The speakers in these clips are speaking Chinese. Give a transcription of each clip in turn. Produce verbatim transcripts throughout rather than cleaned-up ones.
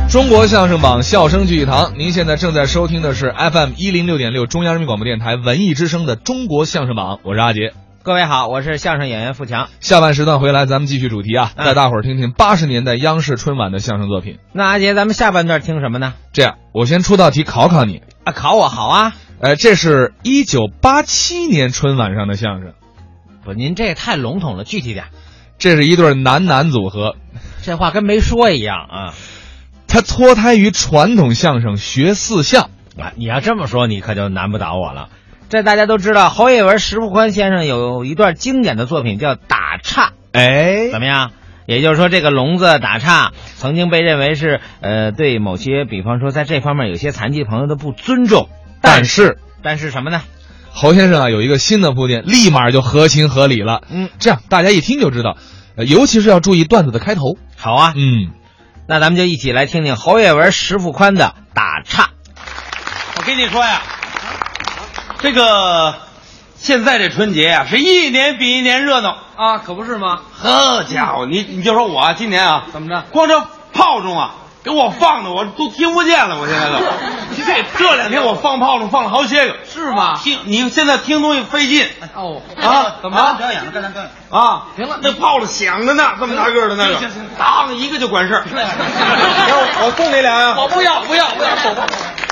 中国相声榜，笑声聚一堂。您现在正在收听的是 F M 一零六点六中央人民广播电台文艺之声的中国相声榜，我是阿杰。 各位好，我是相声演员付强。 下半时段回来，咱们继续主题啊，带大伙儿听听八十年代央视春晚的相声作品。 那阿杰，咱们下半段听什么呢？ 这样，我先出道题考考你啊，考我好啊。 呃，这是一九八七年春晚上的相声。 不，您这也太笼统了，具体点。 这是一对男男组合， 这话跟没说一样啊。 他脱胎于传统相声，学四相啊。你要这么说，你可就难不倒我了。这大家都知道，侯爷文、石富宽先生有一段经典的作品叫打岔。 哎， 怎么样？也就是说，这个聋子打岔曾经被认为是呃对某些，比方说在这方面有些残疾朋友的不尊重。 但是， 但是什么呢？ 侯先生啊，有一个新的铺垫，立马就合情合理了。 嗯， 这样大家一听就知道，呃，尤其是要注意段子的开头。 好啊， 嗯， 那咱们就一起来听听侯爷文、石富宽的打岔。 我跟你说呀，这个现在这春节呀、啊，是一年比一年热闹啊，可不是吗？ 呵家伙，你你就说我今年啊， 怎么着？ 光这炮仗啊，给我放的我都听不见了，我现在都。这这两天我放炮仗放了好些个， 是吗？ 听你现在听东西费劲哦啊？ 怎么了？表演了，该咱表演啊！ 行了， 那炮仗响着呢，这么大个的那个， 行行， 当一个就管事儿。我我送你俩呀！ 我不要，不要，不要，走吧。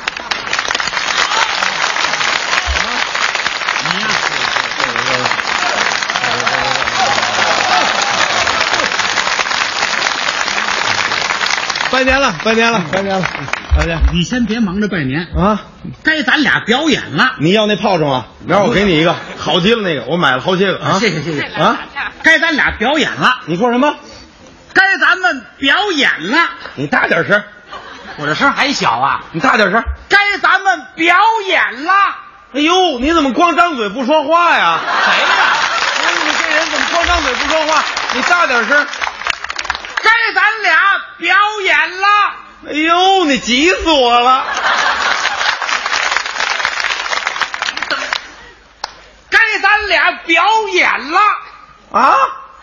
拜年了，拜年了，拜年了，拜年！ 你先别忙着拜年啊， 该咱俩表演了。 你要那炮仗啊？明儿我给你一个，好极了那个，我买了好些个啊。 谢谢谢谢啊！ 该咱俩表演了。 你说什么？ 该咱们表演了。 你大点声， 我这声还小啊。 你大点声。 该咱们表演了。 哎呦，你怎么光张嘴不说话呀？ 谁呀？ 哎，你这人怎么光张嘴不说话？你大点声。 该咱俩表演了。 哎呦，你急死我了！ 该咱俩表演了啊！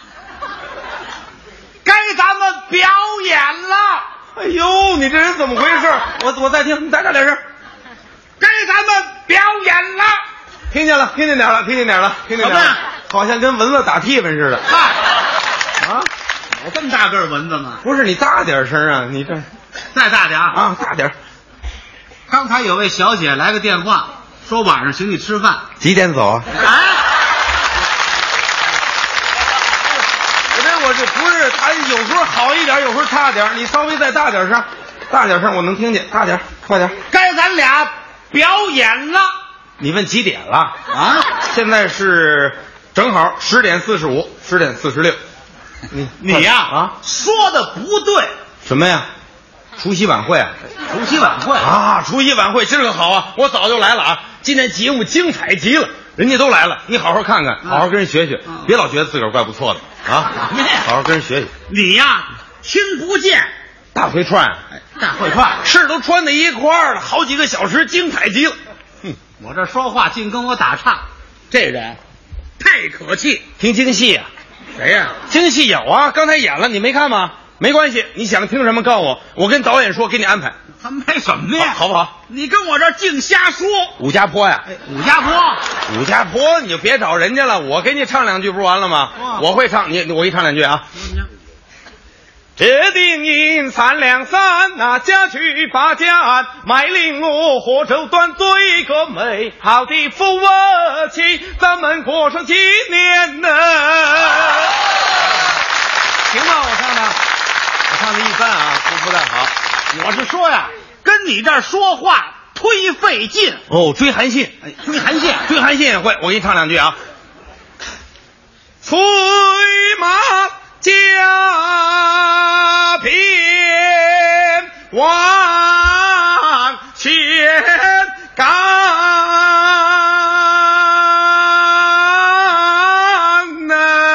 该咱们表演了。 哎呦，你这人怎么回事？我我再听，你再大点声。 该咱们表演了。 听见了，听见点了，听见点了，听见点了，好像跟蚊子打屁蚊似的。 嗨，啊！有这么大个蚊子吗？ 不是，你大点声啊！你这再大点啊，大点。 刚才有位小姐来个电话，说晚上请你吃饭， 几点走啊？ 哎， 我这我这不是，他有时候好一点，有时候差点，你稍微再大点声，大点声我能听见，大点，快点。 该咱俩表演了。 你问几点了啊？ 现在是正好十点四十五，十点四十六。你你呀啊， 说的不对。 什么呀？除夕晚会啊？ 除夕晚会啊，除夕晚会今儿个好啊！我早就来了啊！今天节目精彩极了，人家都来了，你好好看看，好好跟人学学， 嗯、 别老觉得自个儿怪不错的啊！好好跟人学学。 你呀，听不见。 大会串、啊哎，大会串是都穿在一块儿了，好几个小时，精彩极了。 哼，我这说话净跟我打岔，这人太可气。 听京戏啊？ 谁呀、啊？ 京戏有啊，刚才演了，你没看吗？没关系，你想听什么告诉我，我跟导演说，给你安排。 安排什么呀？ 好不好？ 你跟我这儿净瞎说。 武家坡呀， 哎、武家坡， 武家坡，你就别找人家了，我给你唱两句不完了吗？我会唱，你我给你唱两句啊。这定银三两三，那家去把家安，卖绫罗火绸缎，做一个美好的夫妻，咱们过上几年呢？行吗？我唱的，我唱的一般啊，不不太好。 我是说呀，跟你这儿说话忒费劲。 哦，追韩信， 哎，追韩信， 追韩信也会。我给你唱两句啊。催马加鞭往前赶呐！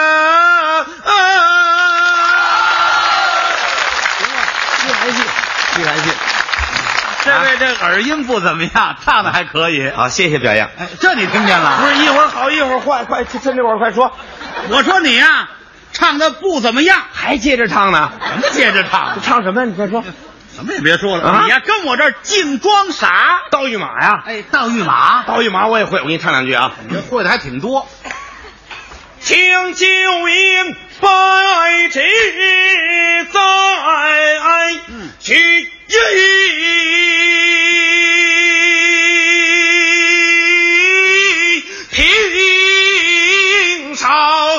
追韩信，追韩信。 这位这耳音不怎么样，唱的还可以。 好，谢谢表扬。 哎，这你听见了？ 不是，一会儿好，一会儿坏，快趁这会儿快说。 我说你呀、啊，唱的不怎么样， 还接着唱呢？ 什么接着唱？ 唱什么呀？你快说。 什么也别说了， 啊你呀跟我这儿净装傻。 倒御马呀， 哎，倒御马， 倒御马我也会，我给你唱两句啊。 你这会的还挺多。 请酒饮百之在， 嗯去平常。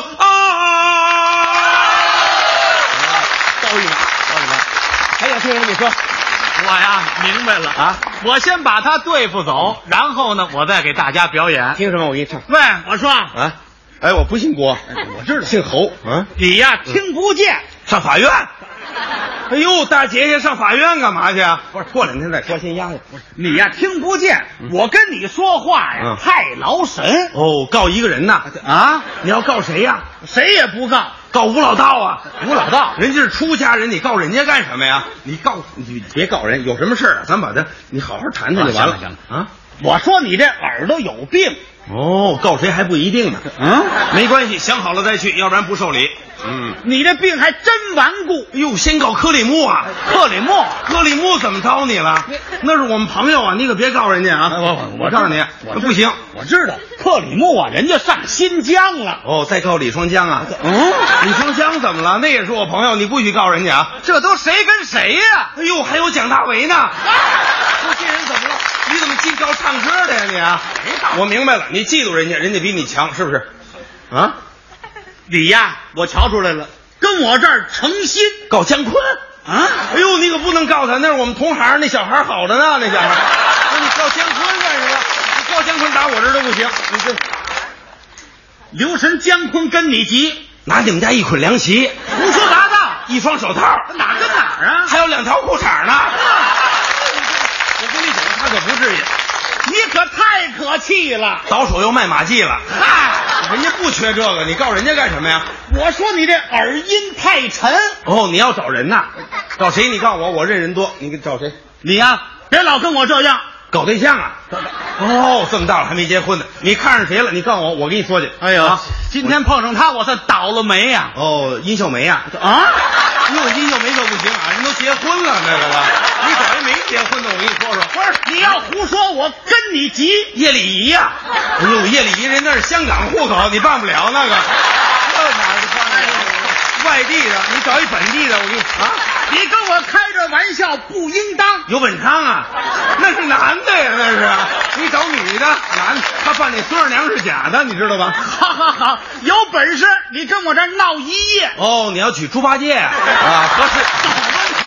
倒御马，倒御马，还想听什么？你说。 我呀明白了啊， 我先把他对付走，然后呢，我再给大家表演。 听什么？我给你唱。 喂，我说， 啊，哎，我不姓郭， 我知道姓侯。啊， 你呀听不见。 上法院。哎呦，大姐姐上法院干嘛去啊？不是，过两天再说，先压下。 你呀听不见，我跟你说话呀、 嗯太劳神哦，告一个人呐。 啊！ 你要告谁呀、 谁也不告。 告吴老道啊！ 吴老道人家是出家人，你告人家干什么呀？你告你别告人，有什么事儿啊？咱把他你好好谈谈就完了。 啊行了啊！ 我说你这耳朵有病。 哦，告谁还不一定呢。 嗯， 没关系，想好了再去，要不然不受理。嗯， 你这病还真顽固。 哎呦，先告克里木啊！ 克里木， 克里木怎么招你了？那是我们朋友啊，你可别告人家啊！ 我我我告诉你， 我不行。 我知道克里木啊，人家上新疆了。 哦，再告李双江啊！ 嗯， 李双江怎么了？那也是我朋友，你不许告人家啊！ 这都谁跟谁呀、 哎呦，还有蒋大为呢！说这人怎么了？你怎么净告唱歌的呀你啊？我明白了，你嫉妒人家，人家比你强，是不是？啊？ 你呀，我瞧出来了，跟我这儿诚心告姜昆啊！ 哎呦，你可不能告他，那是我们同行，那小孩好着呢，那小孩。那你告姜昆干什么？你告姜昆打我这儿都不行，你这留神姜昆跟你急， 拿你们家一捆凉席， 胡说八道， 一双手套， 哪跟哪儿啊？ 还有两条裤衩呢。我跟你讲，他可不至于， 你可太可气了！ 倒手又卖马季了。 嗨， 人家不缺这个，你告人家干什么呀？ 我说你这耳音太沉。 哦，你要找人呐？找谁？你告我，我认人多。你给找谁？ 你呀，别老跟我这样。 搞对象啊？哦，这么大了还没结婚呢。你看上谁了？你告诉我，我给你说去。 哎呦， 啊今天碰上他，我算倒了霉呀！ 哦，殷秀梅呀、 啊， 哟，殷秀梅可不行啊，人都结婚了，那个吧？你找一没结婚的，我给你说说。 不是，你要胡说，我跟你急。 叶丽仪呀、哎呦，叶丽仪人那是香港户口，你办不了那个。这哪儿的办的？外地的，你找一本地的，我给你啊。 你跟我开这玩笑不应当。 有本昌啊，那是男的呀，那是。你找女的，男的，他办那孙二娘是假的，你知道吧？ 好好好，有本事你跟我这儿闹一夜。 哦，你要娶猪八戒啊？合适。